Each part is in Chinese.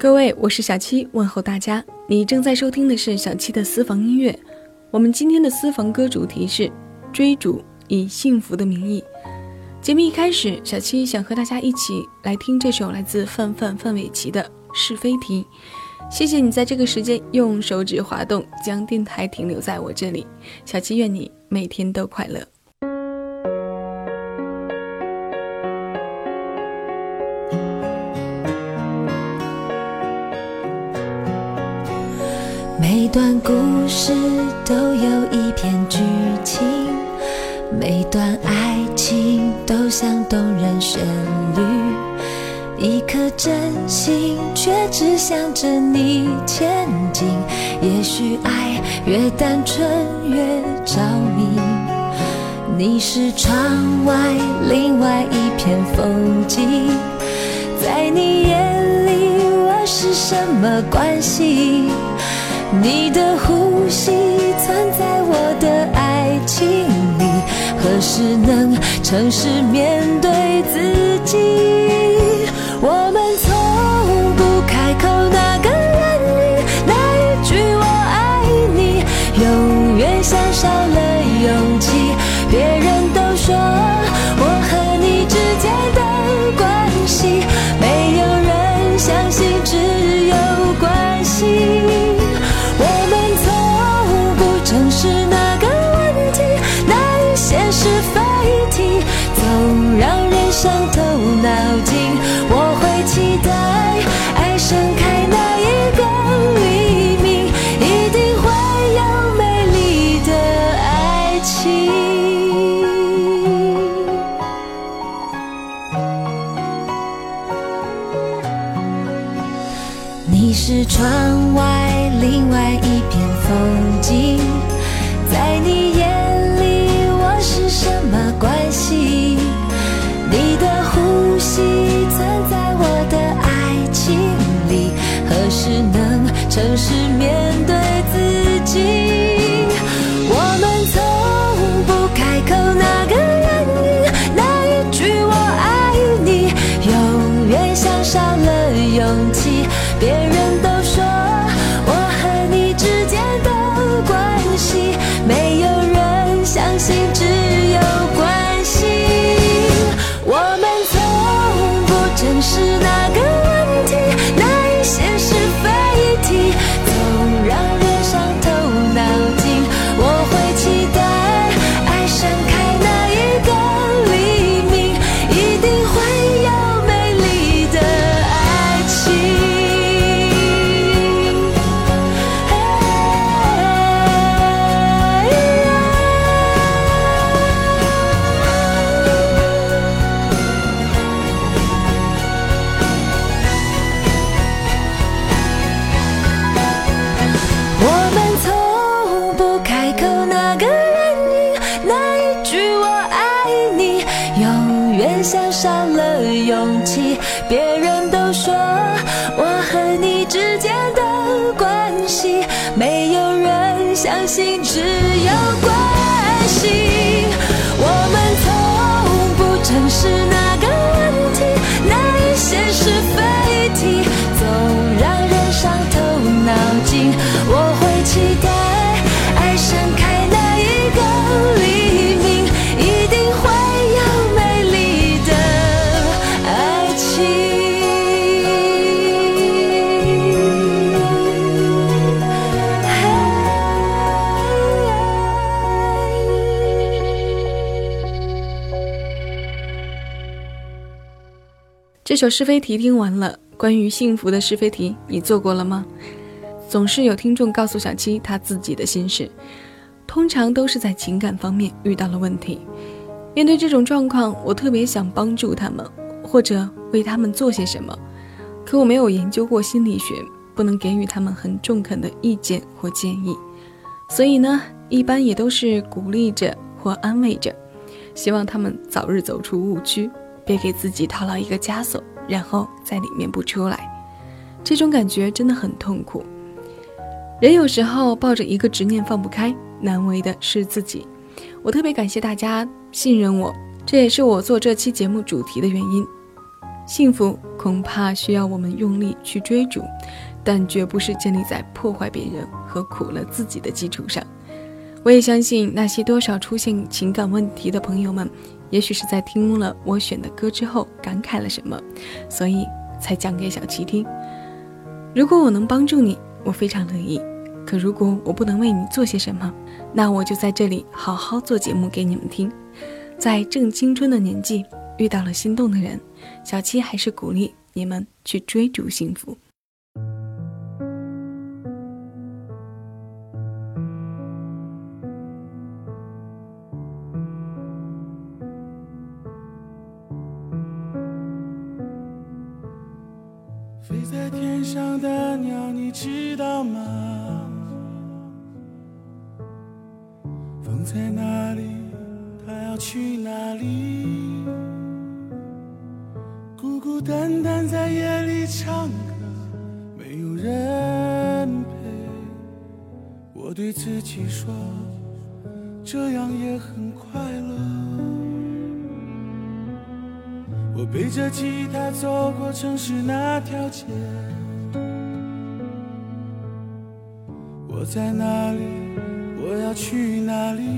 各位，我是小七，问候大家。你正在收听的是小七的私房音乐。我们今天的私房歌主题是追逐以幸福的名义。节目一开始，小七想和大家一起来听这首来自范玮琪的是非题。谢谢你在这个时间用手指滑动，将电台停留在我这里。小七愿你每天都快乐。 每段故事都有一篇剧情，每段爱情都像动人旋律，一颗真心却只想着你前进。也许爱越单纯越着迷，你是窗外另外一片风景，在你眼里我是什么关系？你的呼吸存在我的爱情里，何时能诚实面对自己？我们从不开口那个原因，那一句我爱你永远像少了勇气。别人都说我和你之间的关系，没有人相信只有关系。正是那个问题，那一些是非题，总让人伤透脑筋。我会期待爱盛开那一个黎明，一定会有美丽的爱情。你是窗外另外一片风景，在你眼里我是什么关系？你的呼吸存在我的爱情里，何时能诚实面对自己？我们从不开口那个原因，那一句我爱你永远像少了勇气。别人都说我和你之间的关系，没有人相信只有关系。我们从不正视那个问题，那一些是非题，总让人伤透脑筋。我会期待爱盛开那一个黎明，一定会有美丽的爱情。像少了勇气，别人都说我和你之间的关系，没有人相信只有关系。我们从不正视那个问题，那一些是非题，总让人伤透脑筋。我会期待爱盛开那一个黎明，一定会有美丽的爱情。 这首是非题听完了，关于幸福的是非题你做过了吗？总是有听众告诉小七他自己的心事，通常都是在情感方面遇到了问题。面对这种状况，我特别想帮助他们，或者为他们做些什么，可我没有研究过心理学，不能给予他们很中肯的意见或建议，所以呢，一般也都是鼓励着或安慰着，希望他们早日走出误区，别给自己套牢一个枷锁，然后在里面不出来。这种感觉真的很痛苦。人有时候抱着一个执念放不开，难为的是自己。我特别感谢大家信任我，这也是我做这期节目主题的原因。幸福恐怕需要我们用力去追逐，但绝不是建立在破坏别人和苦了自己的基础上。我也相信那些多少出现情感问题的朋友们，也许是在听了我选的歌之后感慨了什么，所以才讲给小七听。如果我能帮助你，我非常乐意，可如果我不能为你做些什么，那我就在这里好好做节目给你们听。在正青春的年纪遇到了心动的人，小七还是鼓励你们去追逐幸福。 飞在天上的鸟你知道吗？风在哪里，它要去哪里？孤孤单单在夜里唱歌，没有人陪。我对自己说，这样也很快乐。我背着吉他走过城市那条街，我在哪里，我要去哪里？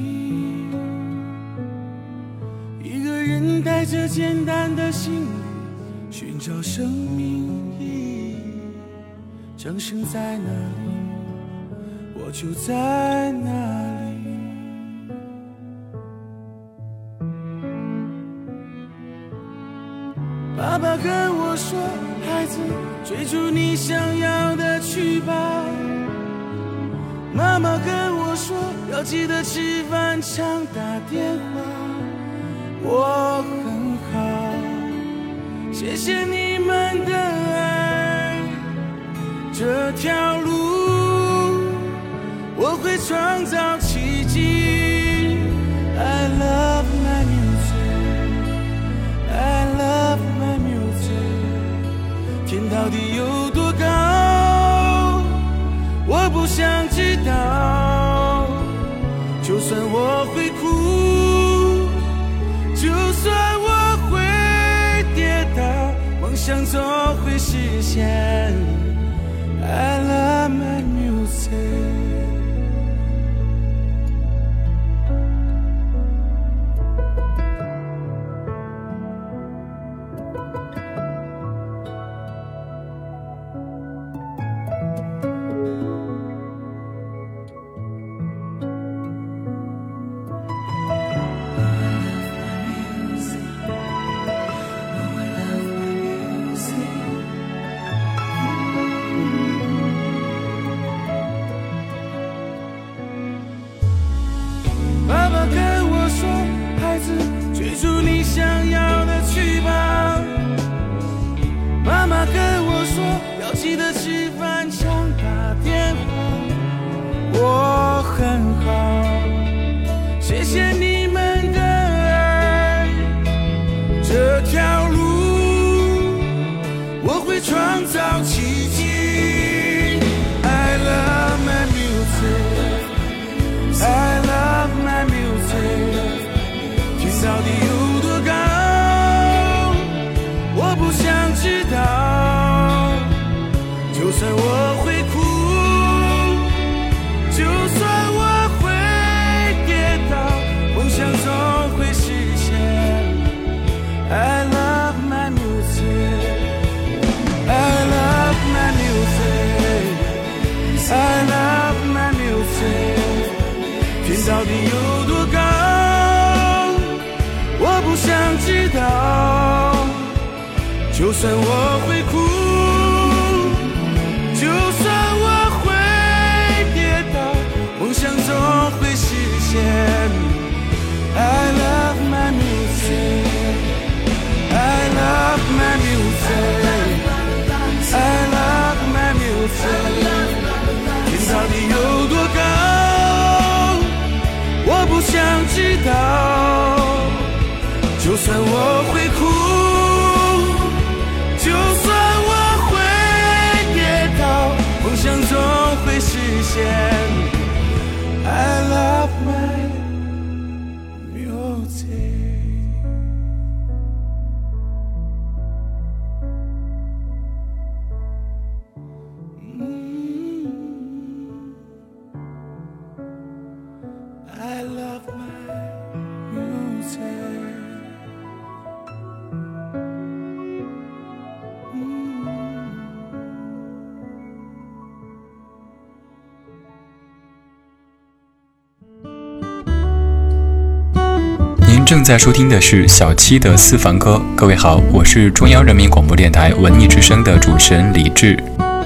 一个人带着简单的行李，寻找生命意义。掌声在哪里，我就在哪里。爸爸跟我说，孩子，追逐你想要的去吧。妈妈跟我说，要记得吃饭常打电话。我很好，谢谢你们的爱。这条路我会创造奇迹。I love my music, I love my music。 天到底有多高，我不想知道。就算我会哭，就算我会跌倒，梦想总会实现。I love my music。爸爸跟我说，孩子，追逐你想要的去吧。妈妈跟我说，要记得吃饭常打电话。我很好，谢谢你们的爱。这条路我会创造奇迹。I love my music, I love my music。 天到底有多高，我不想知道。就算我会哭，就算我会跌倒，梦想总会实现。I love my music, I love my music, I love my music。 天到底有多高，我不想知道。就算我会哭，就算我会跌倒，梦想总会实现。I love my music, I love my music, I love my music。 天到底有多高，我不想知道。就算我会哭，就算我会跌倒，梦想总会实现。I love my music。 正在收听的是小七的私房歌。各位好，我是中央人民广播电台文艺之声的主持人李志。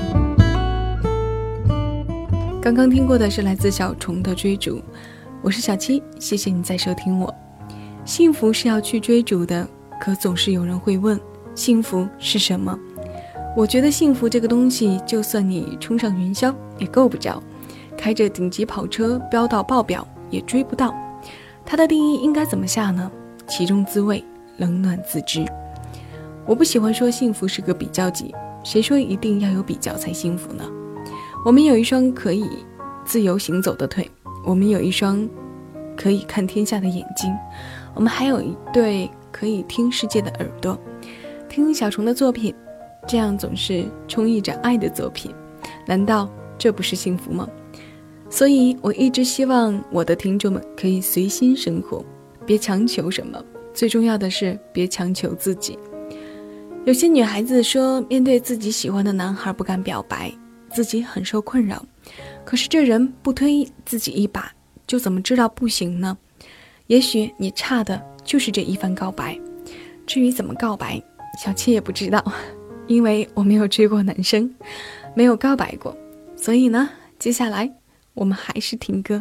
刚刚听过的是来自小虫的追逐，我是小七，谢谢你在收听我。幸福是要去追逐的，可总是有人会问，幸福是什么？我觉得幸福这个东西，就算你冲上云霄也够不着，开着顶级跑车飙到爆表也追不到。它的定义应该怎么下呢？其中滋味，冷暖自知。我不喜欢说幸福是个比较级，谁说一定要有比较才幸福呢？我们有一双可以自由行走的腿，我们有一双可以看天下的眼睛，我们还有一对可以听世界的耳朵。听小虫的作品，这样总是充溢着爱的作品，难道这不是幸福吗？所以我一直希望我的听众们可以随心生活，别强求什么，最重要的是别强求自己。有些女孩子说，面对自己喜欢的男孩不敢表白，自己很受困扰，可是这人不推自己一把，就怎么知道不行呢？也许你差的就是这一番告白。至于怎么告白，小七也不知道，因为我没有追过男生，没有告白过。所以呢，接下来我们还是听歌。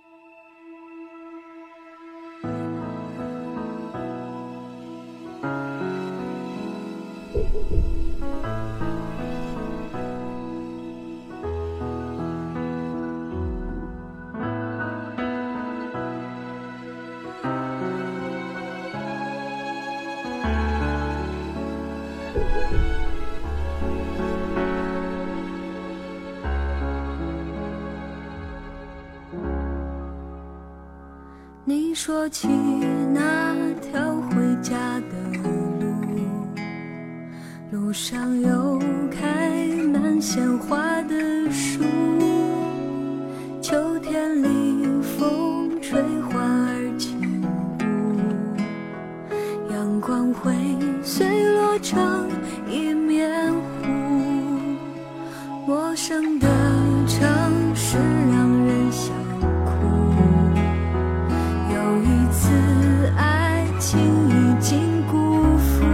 你说起那条回家的路上有开满鲜花的树，秋天里风吹花儿起舞，阳光会碎落成一面湖，陌生的城市让人想爱情已经辜负，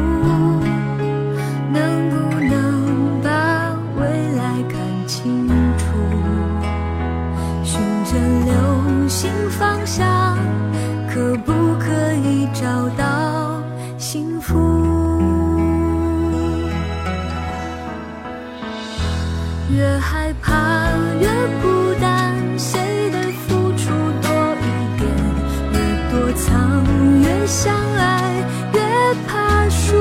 能不能把未来看清楚？循着流星方向，可不可以找到幸福？越害怕越孤单，谁的付出多一点，越躲藏越相爱，越怕输，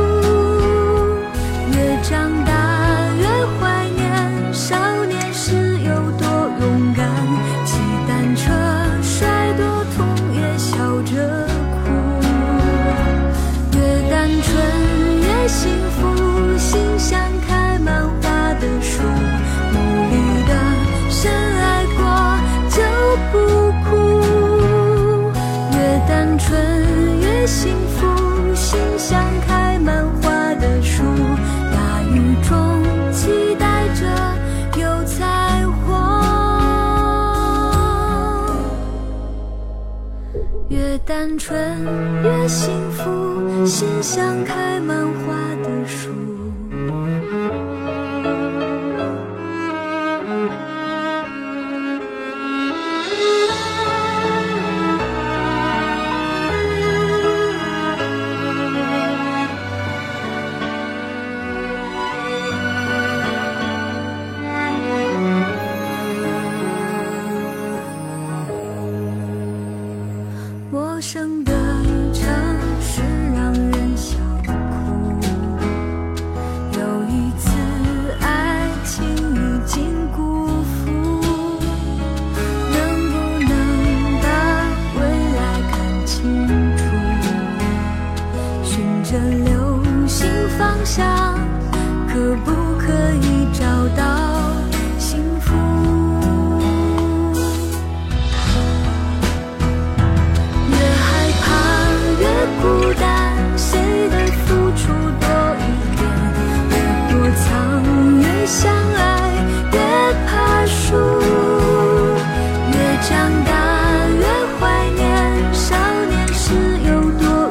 越长大越怀念少年时有多勇敢，骑单车摔多痛也笑着哭，越单纯越幸福，心像开满花的树，努力的深爱过就不哭，越单纯越幸福，心像开满花的树，大雨中期待着有彩虹，越单纯越幸福，心像开满花的树。陌生的城市让人想哭，有一次爱情已经辜负，能不能把未来看清楚？循着流星方向，可不可以找到幸福？孤单，谁的付出多一点，越躲藏越相爱，越怕输，越长大越怀念少年时有多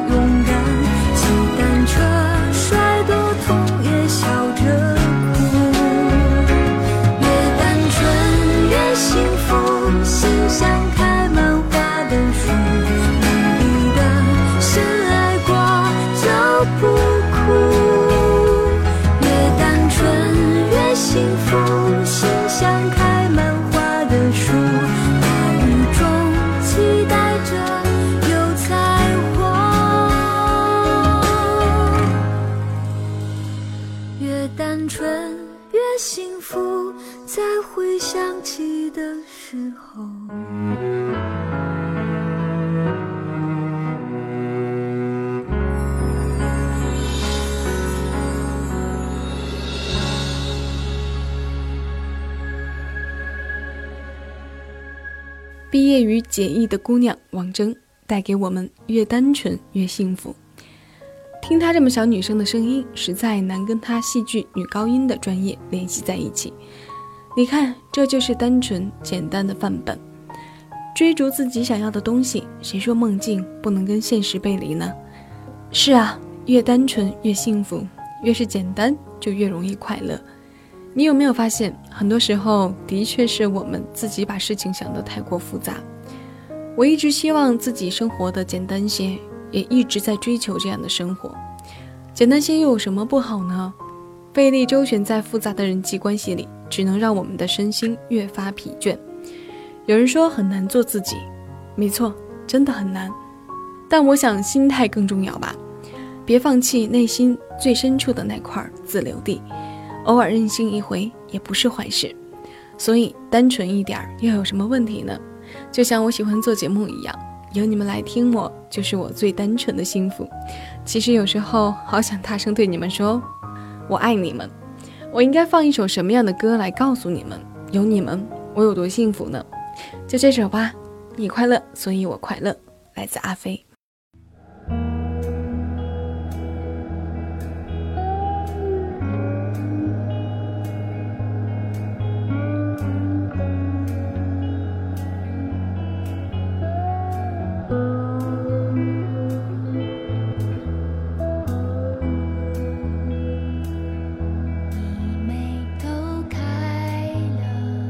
的时候。 毕业于解艺的姑娘王铮带给我们越单纯越幸福。听她这么小女生的声音，实在难跟她戏剧女高音的专业联系在一起。你看，这就是单纯简单的范本。追逐自己想要的东西，谁说梦境不能跟现实背离呢？是啊，越单纯越幸福，越是简单就越容易快乐。你有没有发现，很多时候的确是我们自己把事情想得太过复杂。我一直希望自己生活的简单些，也一直在追求这样的生活。简单些又有什么不好呢？费力周旋在复杂的人际关系里，只能让我们的身心越发疲倦。有人说很难做自己，没错，真的很难。但我想心态更重要吧，别放弃内心最深处的那块自留地。偶尔任性一回也不是坏事，所以单纯一点又有什么问题呢？就像我喜欢做节目一样，有你们来听我，就是我最单纯的幸福。其实有时候好想大声对你们说，我爱你们。我应该放一首什么样的歌来告诉你们，有你们我有多幸福呢？就这首吧，你快乐所以我快乐，来自阿飞。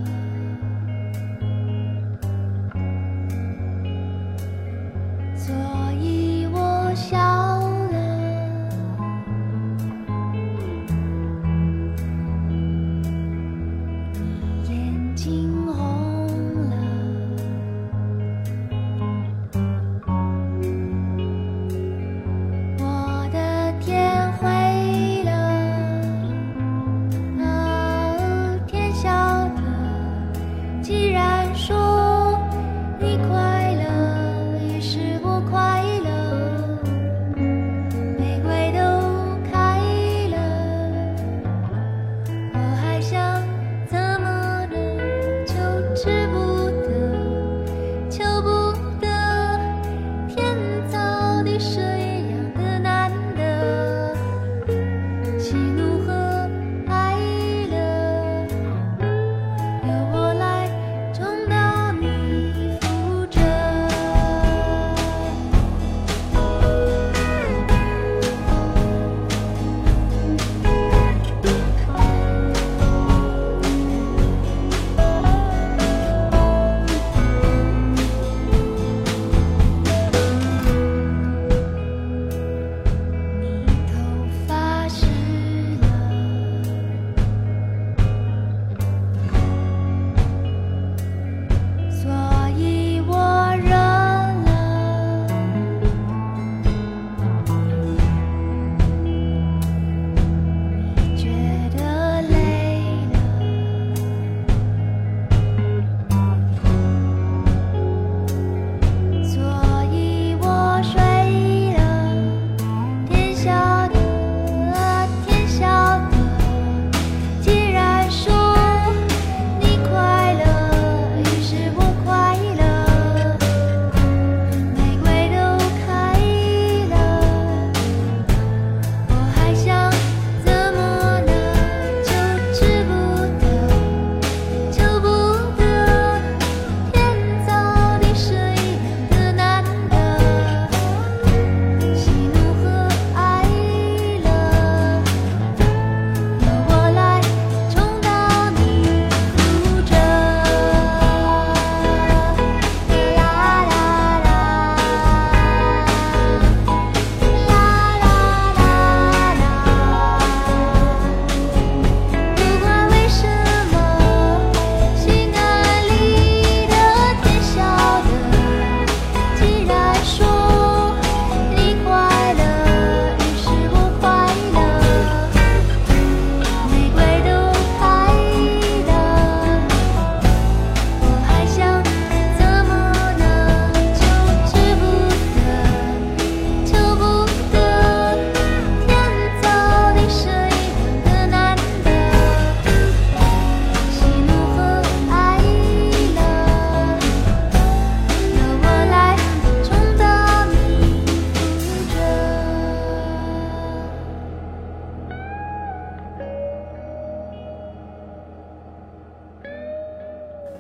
做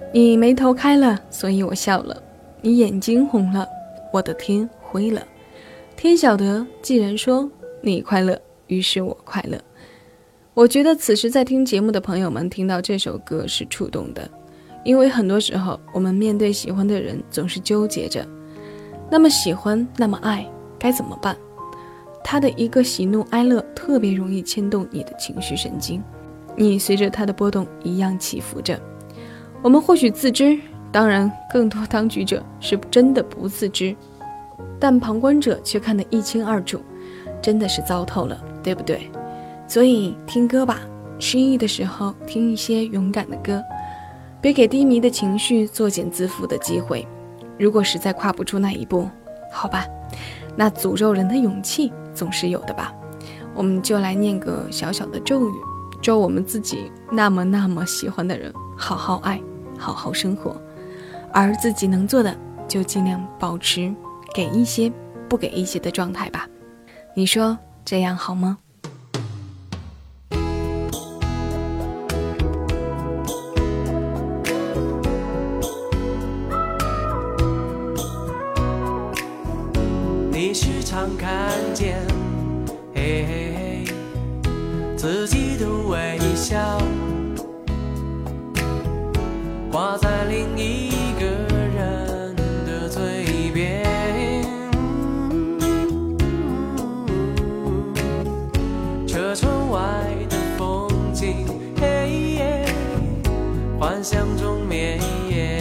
你眉头开了，所以我笑了；你眼睛红了，我的天灰了。天晓得，既然说你快乐，于是我快乐。我觉得此时在听节目的朋友们听到这首歌是触动的，因为很多时候我们面对喜欢的人总是纠结着，那么喜欢，那么爱，该怎么办？他的一个喜怒哀乐特别容易牵动你的情绪神经，你随着他的波动一样起伏着。我们或许自知，当然更多当局者是真的不自知，但旁观者却看得一清二楚，真的是糟透了，对不对？所以听歌吧，失意的时候听一些勇敢的歌，别给低迷的情绪作茧自缚的机会。如果实在跨不出那一步，好吧，那诅咒人的勇气总是有的吧。我们就来念个小小的咒语，咒我们自己那么喜欢的人好好爱，好好生活，而自己能做的就尽量保持给一些不给一些的状态吧。你说这样好吗？ 你时常看见自己的微笑挂在另一个人的嘴边，车窗外的风景幻想中绵延，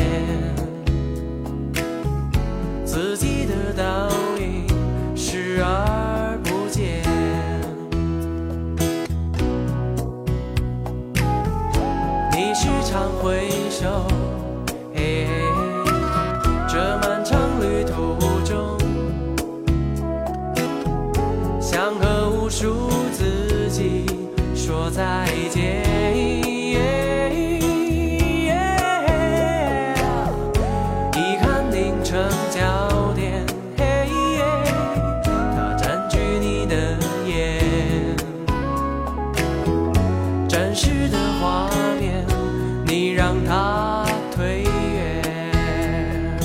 自己的倒影视而不见。你时常回首这漫长旅途中，想和无数自己说再见。遗憾凝成焦点，它占据你的眼，真实的画面你让它推远。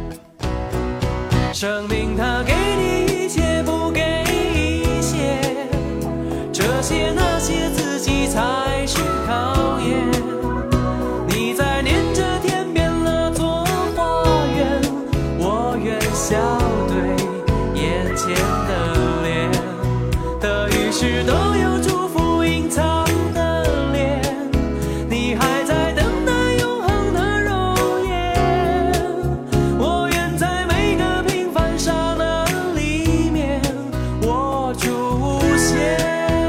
生命它给你一切不给一些，这些那些自己才是考验。你在念着天边那座花园，我愿笑对眼前的脸，得与失都有祝福隐藏的脸。你还在等待永恒的容颜，我愿在每个平凡刹那里面我出现。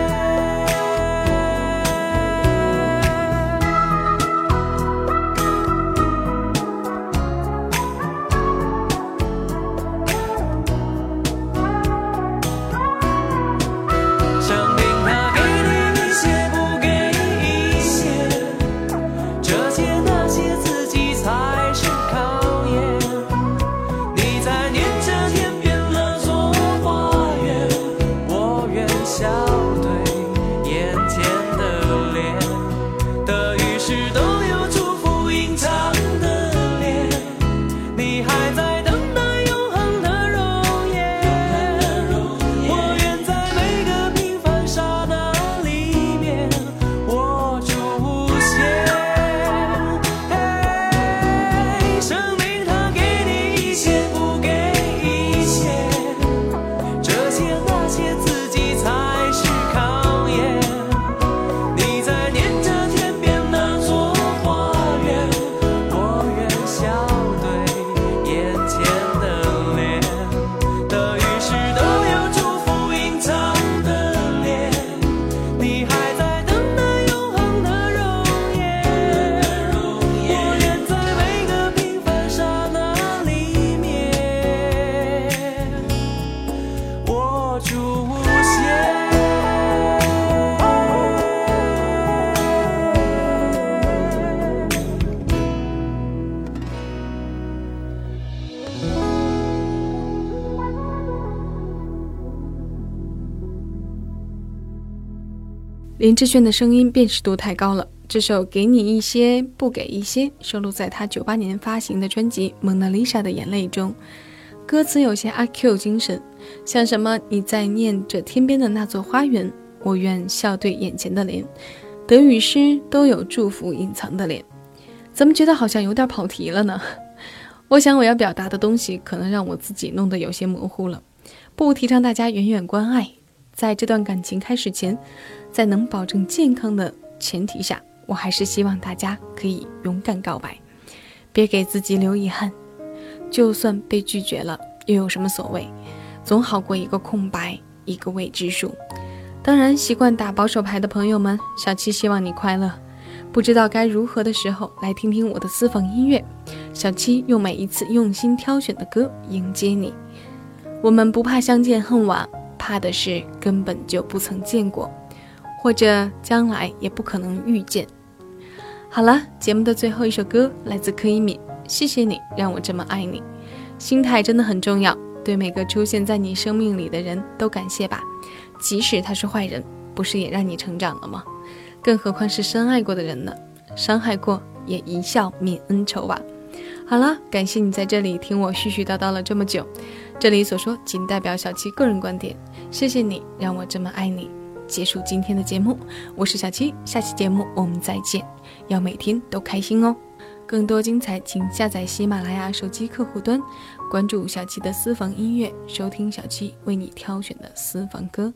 生命它给你一些不给一些，这些那些自己才是考验。你在念着天边那座花园，我愿笑对眼前的脸，得与失都有祝福隐藏的脸。你还在等待永恒的容颜，我愿在每个平凡刹那里面我出现。生命它给你一些不给一些，这些那些自己才是考验。你在念着天边那座花园，我愿笑对眼前的脸，得与失都有祝福隐藏的脸。你还在等待永恒的容颜，我愿在每个平凡刹那里面我出现。 林志炫的声音辨识度太高了， 这首给你一些不给一些收录在他98年发行的专辑《蒙娜丽莎的眼泪》中，歌词有些阿 Q 精神，像什么你在念着天边的那座花园，我愿笑对眼前的莲，得与失都有祝福隐藏的脸。怎么觉得好像有点跑题了呢？我想我要表达的东西可能让我自己弄得有些模糊了。不提倡大家远远关爱，在这段感情开始前，在能保证健康的前提下，我还是希望大家可以勇敢告白，别给自己留遗憾。就算被拒绝了又有什么所谓，总好过一个空白，一个未知数。当然，习惯打保守牌的朋友们，小七希望你快乐。不知道该如何的时候，来听听我的私房音乐，小七用每一次用心挑选的歌迎接你。我们不怕相见恨晚，怕的是根本就不曾见过，或者将来也不可能遇见。好了，节目的最后一首歌来自柯以敏，谢谢你让我这么爱你。心态真的很重要，对每个出现在你生命里的人都感谢吧，即使他是坏人，不是也让你成长了吗？更何况是深爱过的人呢，伤害过也一笑泯恩仇吧。好了，感谢你在这里听我絮絮叨叨了这么久，这里所说仅代表小七个人观点，谢谢你让我这么爱你。结束今天的节目，我是小七，下期节目我们再见，要每天都开心哦。更多精彩请下载喜马拉雅手机客户端，关注小七的私房音乐，收听小七为你挑选的私房歌。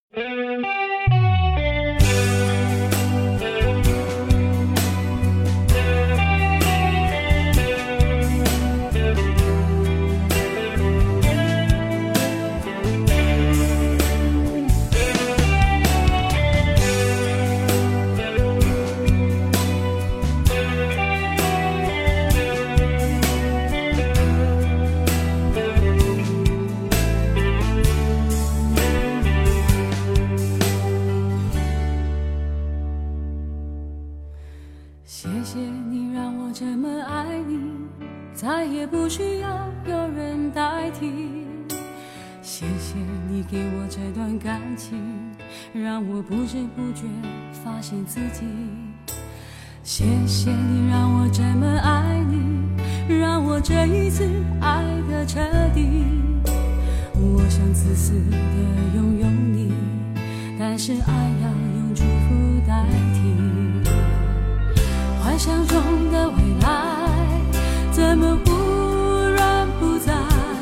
谢谢你让我这么爱你，再也不需要有人代替。谢谢你给我这段感情，让我不知不觉发现自己。谢谢你让我这么爱你，让我这一次爱得彻底。我想自私的拥有你，但是爱要用祝福代替。幻想中的未来怎么忽然不在，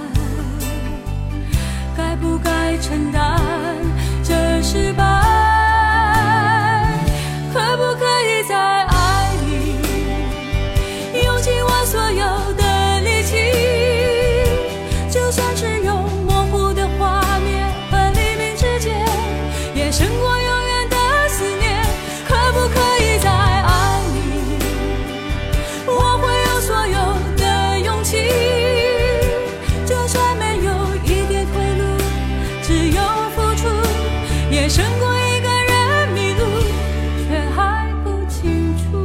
该不该承担这失败，可不可以在爱里用尽我所有的力气，就算是用模糊的画面和黎明之间，也胜过永远的思念。可不可以在爱我会有所有的勇气，就算没有一点退路，只有付出，也胜过一个人迷路，却还不清楚。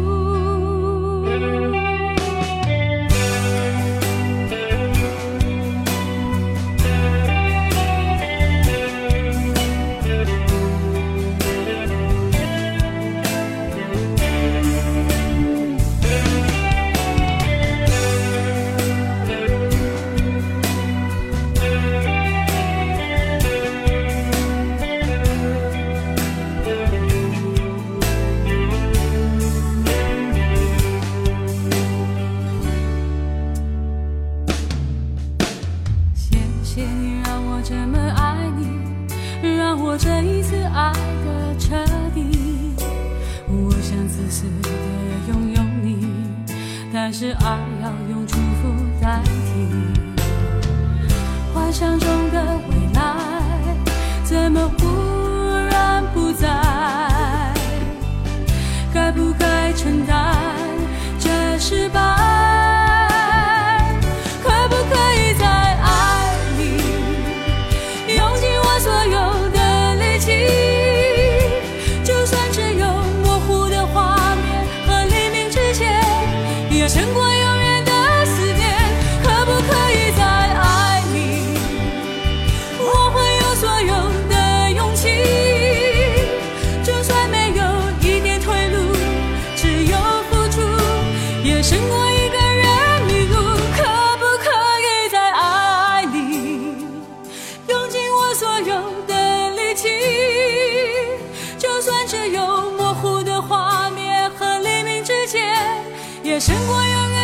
谢谢你让我这么爱你，让我这一次爱得彻底。我想自私的拥有你，但是爱要用祝福代替。幻想中的未来怎么忽然不在，该不该承担这失败，可不可以在爱里用尽我所有的力气，就算只有模糊的画面和黎明之前，也胜过永远的思念。可不可以在爱里，我会有所有的勇气， 胜过永远